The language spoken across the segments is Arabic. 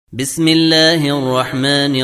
بسم الله الرحمن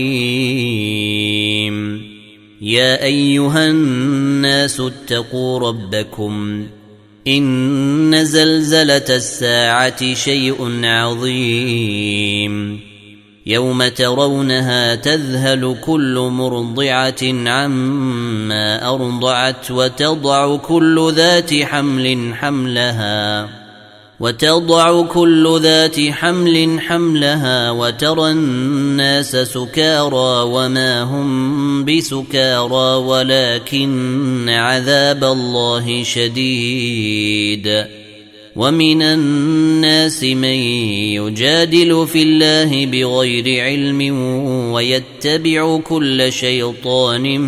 الرحيم. يا أيها الناس اتقوا ربكم إن زلزلة الساعة شيء عظيم يوم ترونها تذهل كل مرضعة عما أرضعت وتضع كل ذات حمل حملها وترى الناس سكارى وما هم بسكارى ولكن عذاب الله شديد. ومن الناس من يجادل في الله بغير علم ويتبع كل شيطان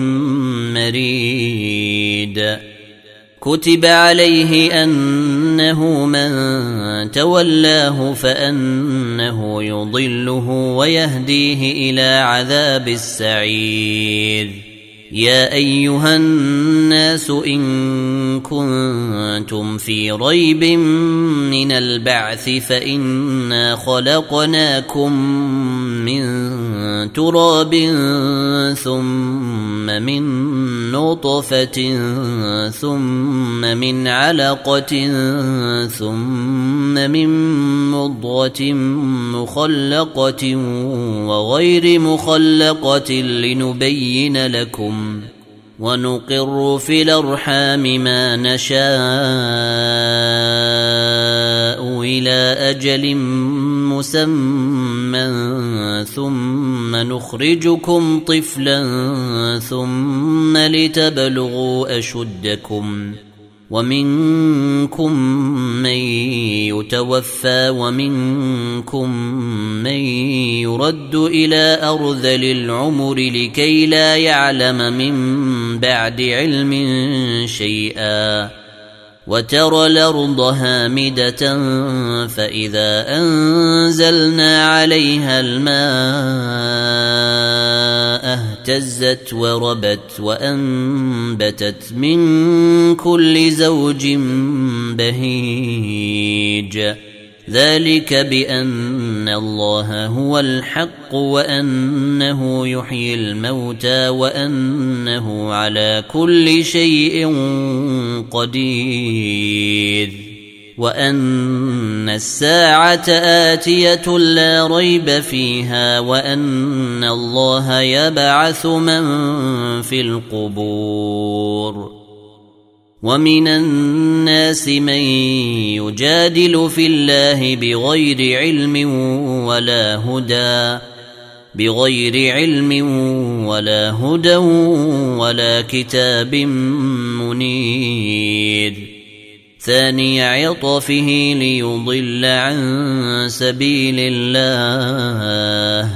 مريد. كتب عليه أنه من تولاه فأنه يضله ويهديه إلى عذاب السعير. يا أيها الناس إن كنتم في ريب من البعث فإنا خلقناكم من تراب ثم من نطفة ثم من علقة ثم من مضغة مخلقة وغير مخلقة لنبين لكم ونقر في الأرحام ما نشاء إلى أجل مسمى ثم نخرجكم طفلا ثم لتبلغوا أشدكم ومنكم من يتوفى ومنكم من يرد إلى أرذل العمر لكي لا يعلم من بعد علم شيئا. وترى الأرض هامدة فإذا أنزلنا عليها الماء اهتزت وربت وأنبتت من كل زوج بهيج. ذلك بأن الله هو الحق وأنه يحيي الموتى وأنه على كل شيء قدير وأن الساعة آتية لا ريب فيها وأن الله يبعث من في القبور. ومن الناس من يجادل في الله بغير علم ولا هدى ولا كتاب منير. ثاني عطفه ليضل عن سبيل الله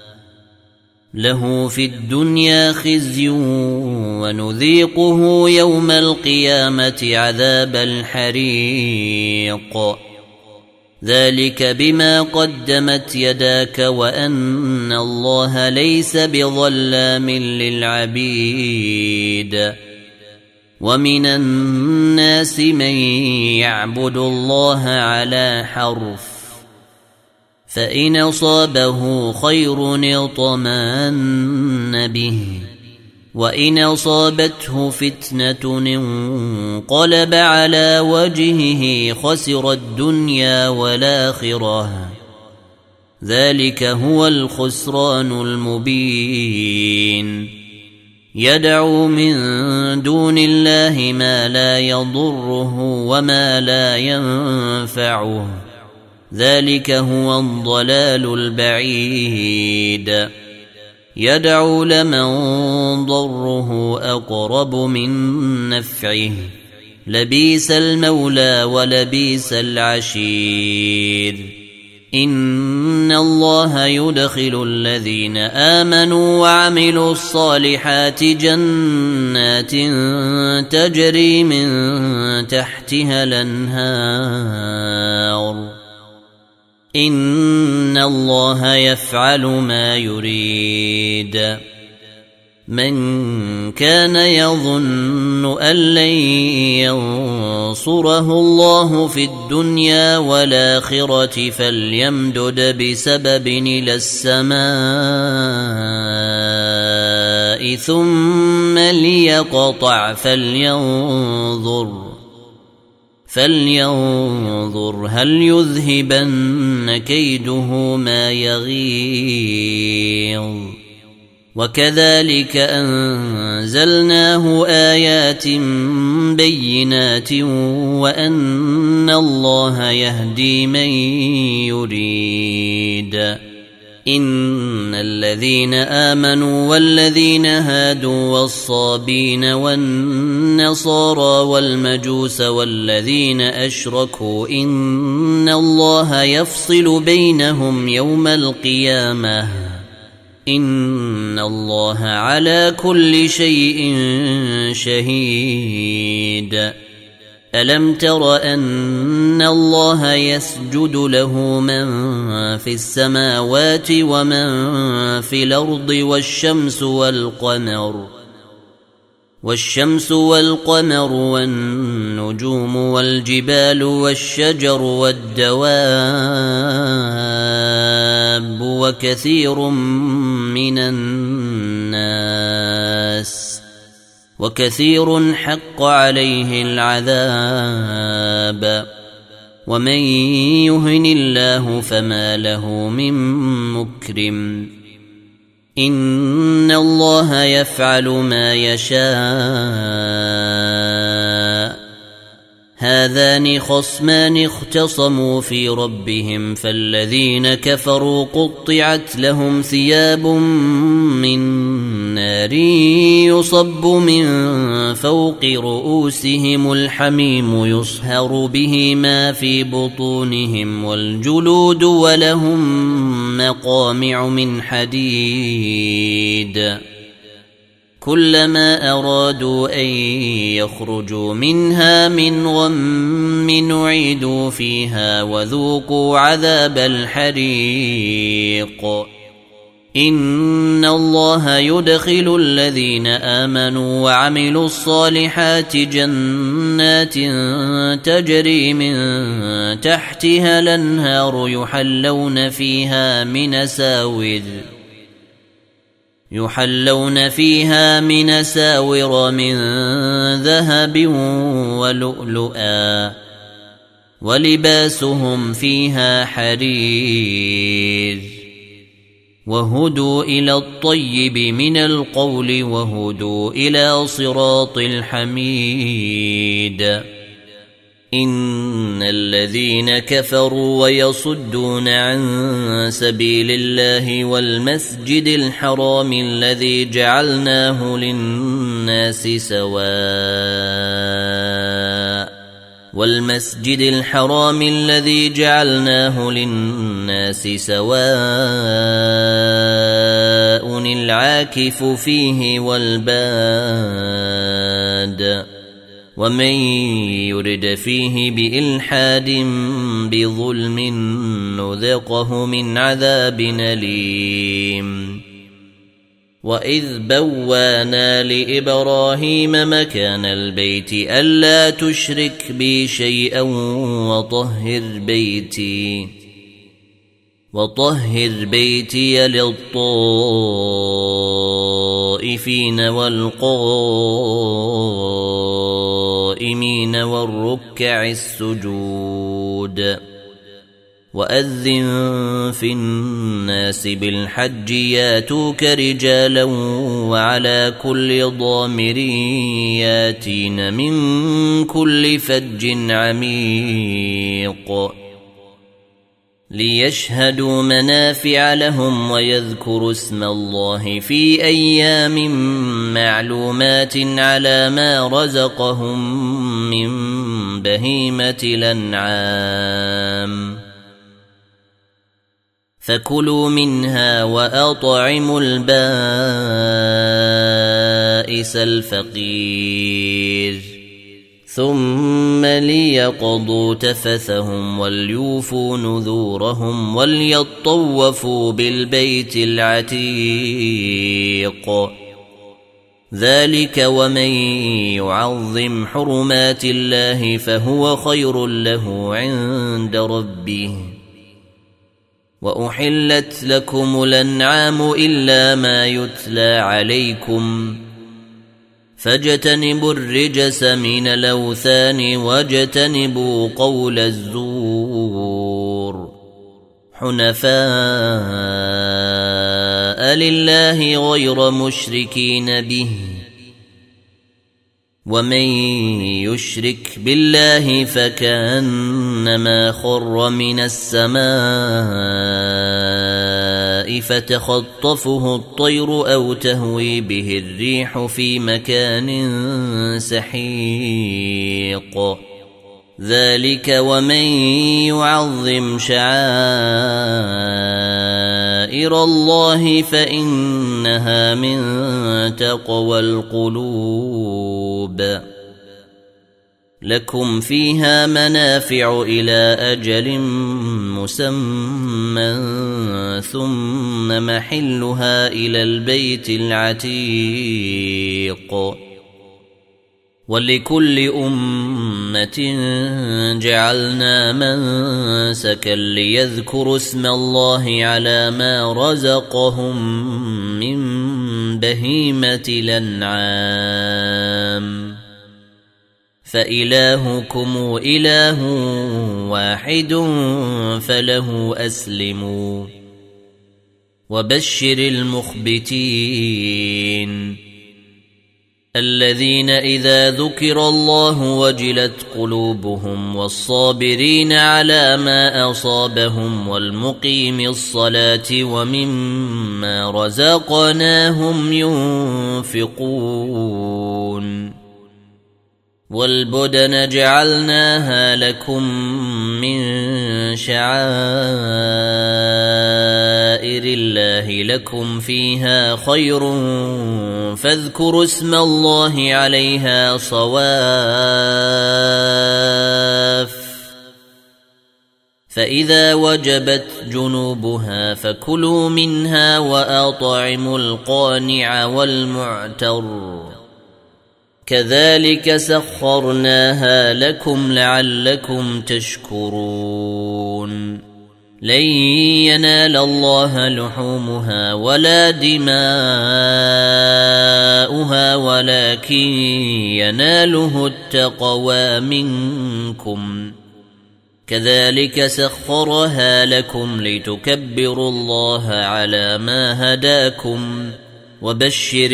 له في الدنيا خزي ونذيقه يوم القيامة عذاب الحريق. ذلك بما قدمت يداك وأن الله ليس بظلام للعبيد. ومن الناس من يعبد الله على حرف فإن أصابه خير اطمأن به وإن أصابته فتنة انقلب على وجهه خسر الدنيا والآخرة. ذلك هو الخسران المبين. يدعو من دون الله ما لا يضره وما لا ينفعه. ذلك هو الضلال البعيد. يدعو لمن ضره أقرب من نفعه لبيس المولى ولبيس العشير. إن الله يدخل الذين آمنوا وعملوا الصالحات جنات تجري من تحتها الأنهار. إن الله يفعل ما يريد. من كان يظن أن لن ينصره الله في الدنيا والآخرة فليمدد بسبب إلى السماء ثم ليقطع فلينظر هل يذهبن كيده ما يغيظ. وكذلك أنزلناه آيات بينات وأن الله يهدي من يريد. إن الذين آمنوا والذين هادوا والصابين والنصارى والمجوس والذين أشركوا إن الله يفصل بينهم يوم القيامة إن الله على كل شيء شهيد. ألم تر أن الله يسجد له من في السماوات ومن في الأرض والشمس والقمر والنجوم والجبال والشجر والدواب وكثير حق عليه العذاب. ومن يهن الله فما له من مكرم. إن الله يفعل ما يشاء. هذان خصمان اختصموا في ربهم فالذين كفروا قطعت لهم ثياب من نار يصب من فوق رؤوسهم الحميم يصهر به ما في بطونهم والجلود ولهم مقامع من حديد. كلما أرادوا أن يخرجوا منها من غم نعيدوا فيها وذوقوا عذاب الحريق. إن الله يدخل الذين آمنوا وعملوا الصالحات جنات تجري من تحتها الأنهار يحلون فيها من ساور من ذهب ولؤلؤا ولباسهم فيها حرير. وهدوا إلى الطيب من القول وهدوا إلى صراط الحميد. إن الذين كفروا ويصدون عن سبيل الله والمسجد الحرام الذي جعلناه للناس سواء العاكف فيه والباد. ومن يرد فيه بإلحاد بظلم نذقه من عذاب أليم. وإذ بوانا لإبراهيم مكان البيت ألا تشرك بي شيئا وطهر بيتي للطائفين والقائمين والركع السجود. وأذن في الناس بالحج ياتوك رجالا وعلى كل ضامر ياتين من كل فج عميق ليشهدوا منافع لهم ويذكروا اسم الله في أيام معلومات على ما رزقهم من بهيمة الأنعام فكلوا منها وأطعموا البائس الفقير ثم ليقضوا تفثهم وليوفوا نذورهم وليطوفوا بالبيت العتيق ذلك ومن يعظم حرمات الله فهو خير له عند ربه. وأحلت لكم الأنعام إلا ما يتلى عليكم فاجتنبوا الرجس من الأوثان واجتنبوا قول الزور حنفاء لله غير مشركين به. ومن يشرك بالله فكأنما خر من السماء فتخطفه الطير أو تهوي به الريح في مكان سحيق. ذلك ومن يعظم شعائر الله فإنها من تقوى القلوب. لكم فيها منافع إلى أجل مسمى ثم محلها إلى البيت العتيق. ولكل أمة جعلنا منسكا ليذكروا اسم الله على ما رزقهم من بهيمة الأنعام فإلهكم إله واحد فله أسلموا. وبشر المخبتين الذين إذا ذكر الله وجلت قلوبهم والصابرين على ما أصابهم والمقيم الصلاة ومما رزقناهم ينفقون. والبدن جعلناها لكم من شعائر الله لكم فيها خير فاذكروا اسم الله عليها صواف. فإذا وجبت جنوبها فكلوا منها وأطعموا القانع والمعتر كذلك سخرناها لكم لعلكم تشكرون. لن ينال الله لحومها ولا دماؤها ولكن يناله التقوى منكم. كذلك سخرها لكم لتكبروا الله على ما هداكم. وبشر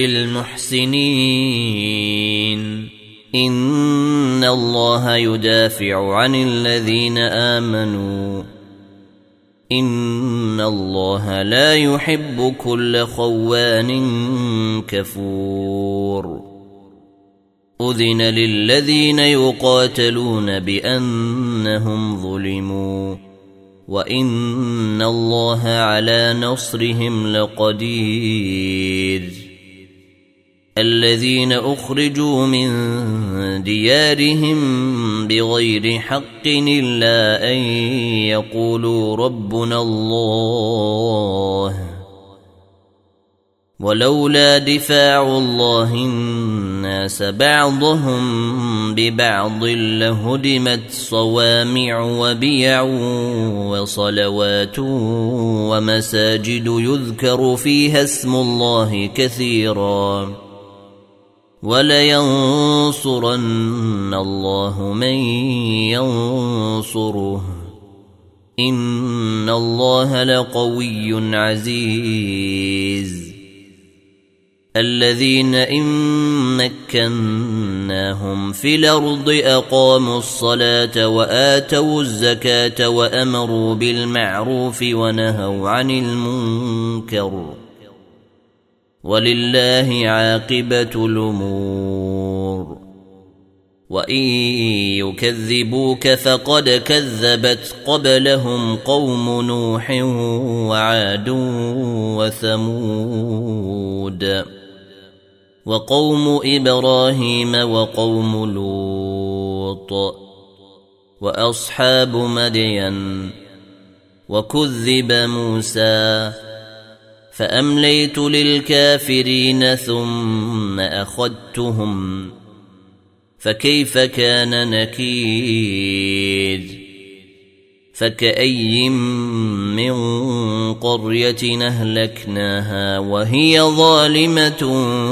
المحسنين إن الله يدافع عن الذين آمنوا إن الله لا يحب كل خوان كفور. أذن للذين يقاتلون بأنهم ظلموا وإن الله على نصرهم لقدير. الذين أخرجوا من ديارهم بغير حق إلا أن يقولوا ربنا الله ولولا دفاع الله الناس بعضهم ببعض لهدمت صوامع وبيع وصلوات ومساجد يذكر فيها اسم الله كثيرا ولينصرن الله من ينصره إن الله لقوي عزيز. الذين إن مكناهم في الأرض أقاموا الصلاة وآتوا الزكاة وأمروا بالمعروف ونهوا عن المنكر ولله عاقبة الأمور. وإن يكذبوك فقد كذبت قبلهم قوم نوح وعاد وثمود وقوم إبراهيم وقوم لوط وأصحاب مدين وكذب موسى فأمليت للكافرين ثم أخذتهم فكيف كان نكير فكأي من قرية أهلكناها وهي ظالمة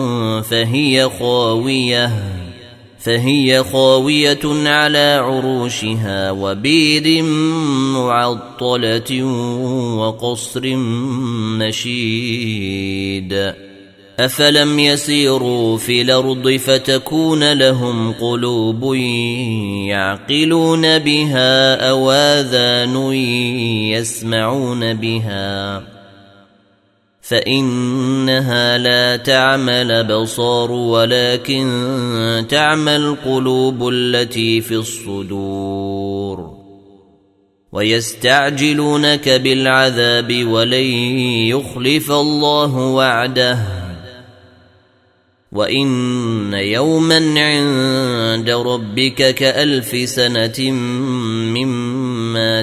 فهي خاوية على عروشها وبير معطلة وقصر مشيد أفلم يسيروا في الأرض فتكون لهم قلوب يعقلون بها أو آذان يسمعون بها فإنها لا تعمى الأبصار ولكن تعمى القلوب التي في الصدور ويستعجلونك بالعذاب ولن يخلف الله وعده وإن يوما عند ربك كألف سنة مما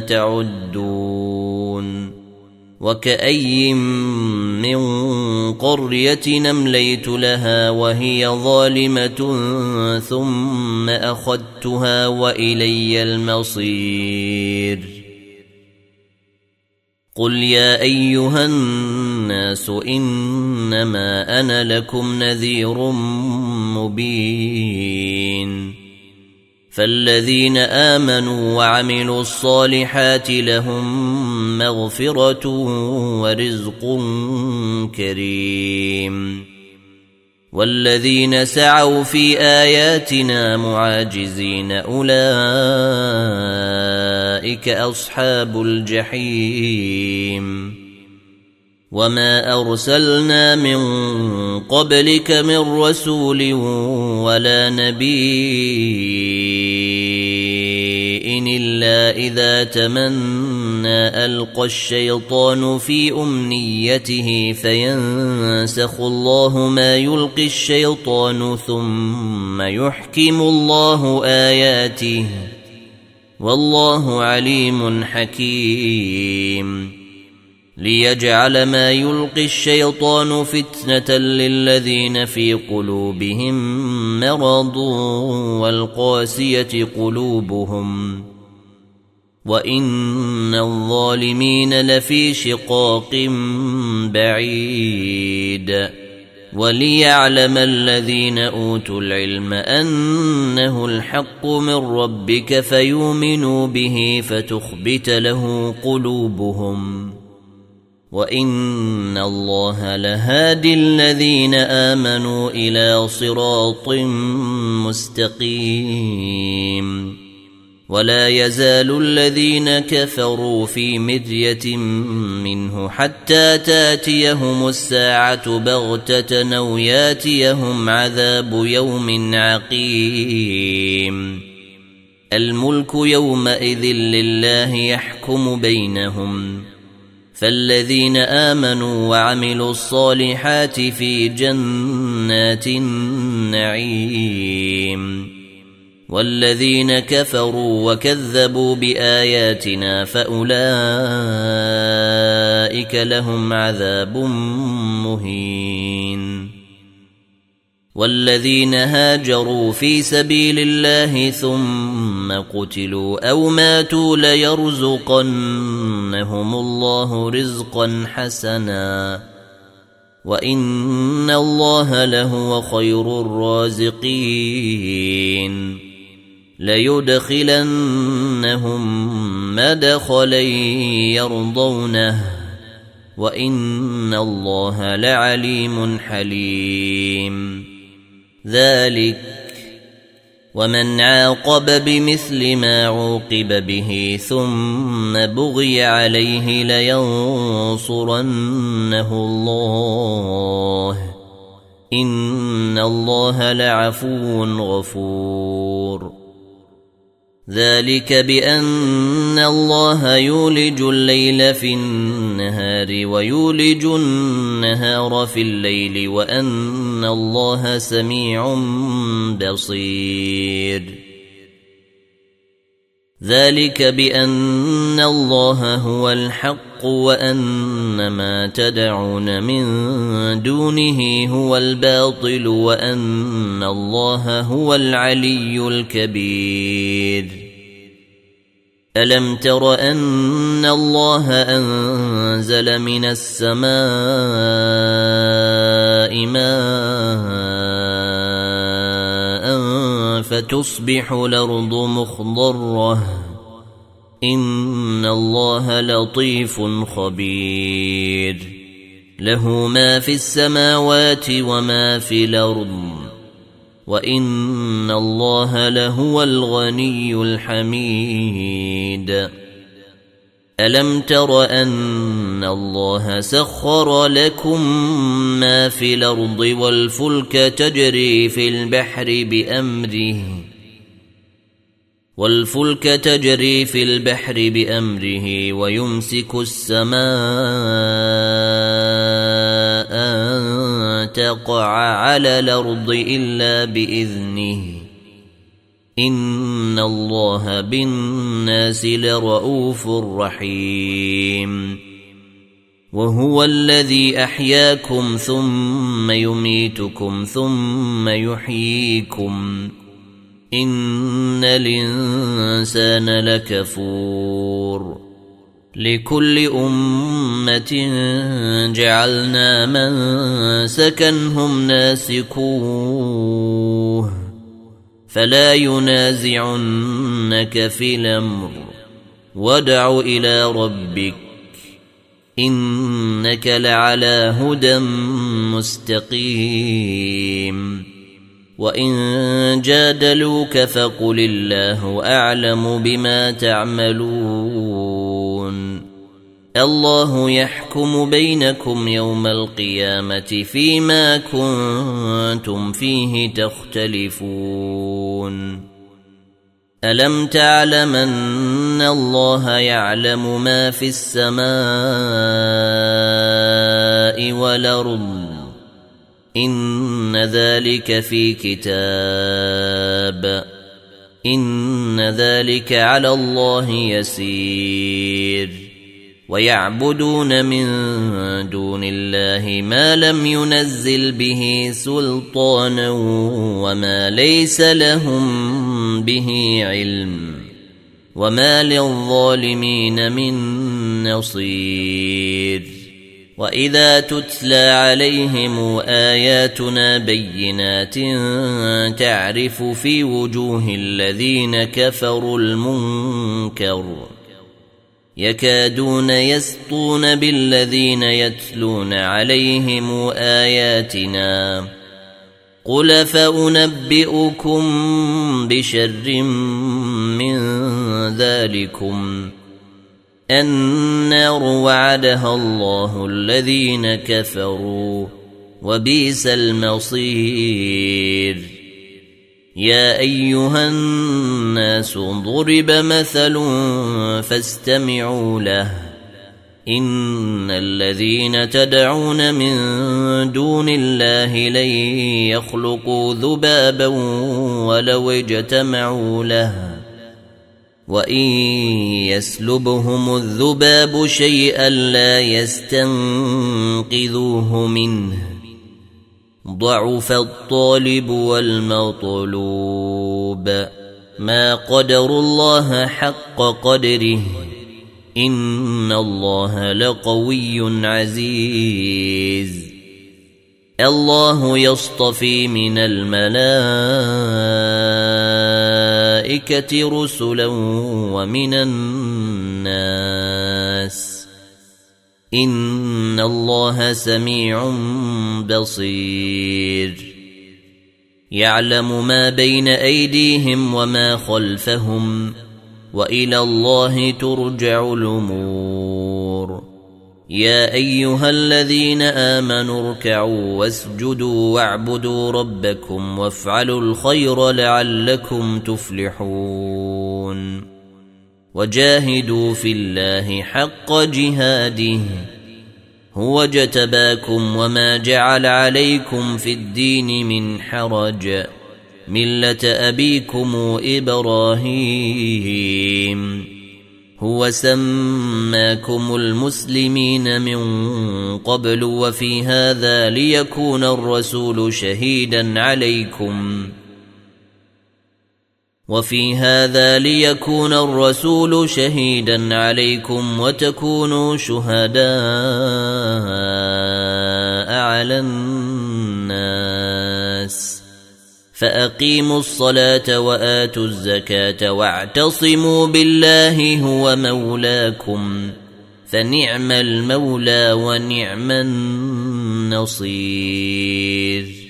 تعدون وكأي من قرية أمليت لها وهي ظالمة ثم أخذتها وإلي المصير قل يا أيها الناس إنما أنا لكم نذير مبين فالذين آمنوا وعملوا الصالحات لهم مغفرة ورزق كريم والذين سعوا في آياتنا معاجزين أولئك أصحاب الجحيم وما أرسلنا من قبلك من رسول ولا نبي إلا إذا تمنى ألقى الشيطان في أمنيته فينسخ الله ما يلقي الشيطان ثم يحكم الله آياته والله عليم حكيم ليجعل ما يلقي الشيطان فتنة للذين في قلوبهم مرض والقاسية قلوبهم وإن الظالمين لفي شقاق بعيد وليعلم الذين أوتوا العلم أنه الحق من ربك فيؤمنوا به فتخبت له قلوبهم وإن الله لهادي الذين آمنوا إلى صراط مستقيم ولا يزال الذين كفروا في مرية منه حتى تاتيهم الساعة بغتة أو ياتيهم عذاب يوم عقيم الملك يومئذ لله يحكم بينهم فالذين آمنوا وعملوا الصالحات في جنات النعيم والذين كفروا وكذبوا بآياتنا فأولئك لهم عذاب مهين والذين هاجروا في سبيل الله ثم قتلوا أو ماتوا ليرزقنهم الله رزقا حسنا وإن الله لهو خير الرازقين ليدخلنهم مدخلا يرضونه وإن الله لعليم حليم ذلك ومن عاقب بمثل ما عوقب به ثم بغي عليه لينصرنه الله إن الله لعفو غفور ذلك بأن الله يولج الليل في النهار ويولج النهار في الليل وأن الله سميع بصير ذلك بأن الله هو الحق وأن ما تدعون من دونه هو الباطل وأن الله هو العلي الكبير ألم تر أن الله أنزل من السماء ماء فتصبح الأرض مخضرة إن الله لطيف خبير له ما في السماوات وما في الأرض وإن الله لهو الغني الحميد ألم تر أن الله سخر لكم ما في الأرض والفلك تجري في البحر بأمره ويمسك السماء أن تقع على الأرض إلا بإذنه إن الله بالناس لرؤوف رحيم وهو الذي أحياكم ثم يميتكم ثم يحييكم إن الإنسان لكفور لكل أمة جعلنا منسكا هم ناسكوه فلا ينازعنك في الأمر وادع إلى ربك إنك لعلى هدى مستقيم وإن جادلوك فقل الله أعلم بما تعملون الله يحكم بينكم يوم القيامة فيما كنتم فيه تختلفون ألم تعلم أن الله يعلم ما في السماء والأرض إن ذلك في كتاب إن ذلك على الله يسير ويعبدون من دون الله ما لم ينزل به سلطانا وما ليس لهم به علم وما للظالمين من نصير وإذا تتلى عليهم آياتنا بينات تعرف في وجوه الذين كفروا المنكر يكادون يسطون بالذين يتلون عليهم آياتنا قل فأنبئكم بشر من ذلكم النار وعدها الله الذين كفروا وبئس المصير يا أيها الناس ضرب مثل فاستمعوا له إن الذين تدعون من دون الله لن يخلقوا ذبابا ولو اجتمعوا له وإن يسلبهم الذباب شيئا لا يستنقذوه منه ضعف الطالب والمطلوب ما قدروا الله حق قدره إن الله لقوي عزيز الله يصطفي من الملائكة رسلا ومن الناس إن الله سميع بصير يعلم ما بين أيديهم وما خلفهم وإلى الله ترجع الأمور يا أيها الذين آمنوا اركعوا واسجدوا واعبدوا ربكم وافعلوا الخير لعلكم تفلحون وجاهدوا في الله حق جهاده هو اجتباكم وما جعل عليكم في الدين من حرج ملة أبيكم إبراهيم هو سماكم المسلمين من قبل وفي هذا ليكون الرسول شهيدا عليكم وتكونوا شهداء على الناس فأقيموا الصلاة وآتوا الزكاة واعتصموا بالله هو مولاكم فنعم المولى ونعم النصير.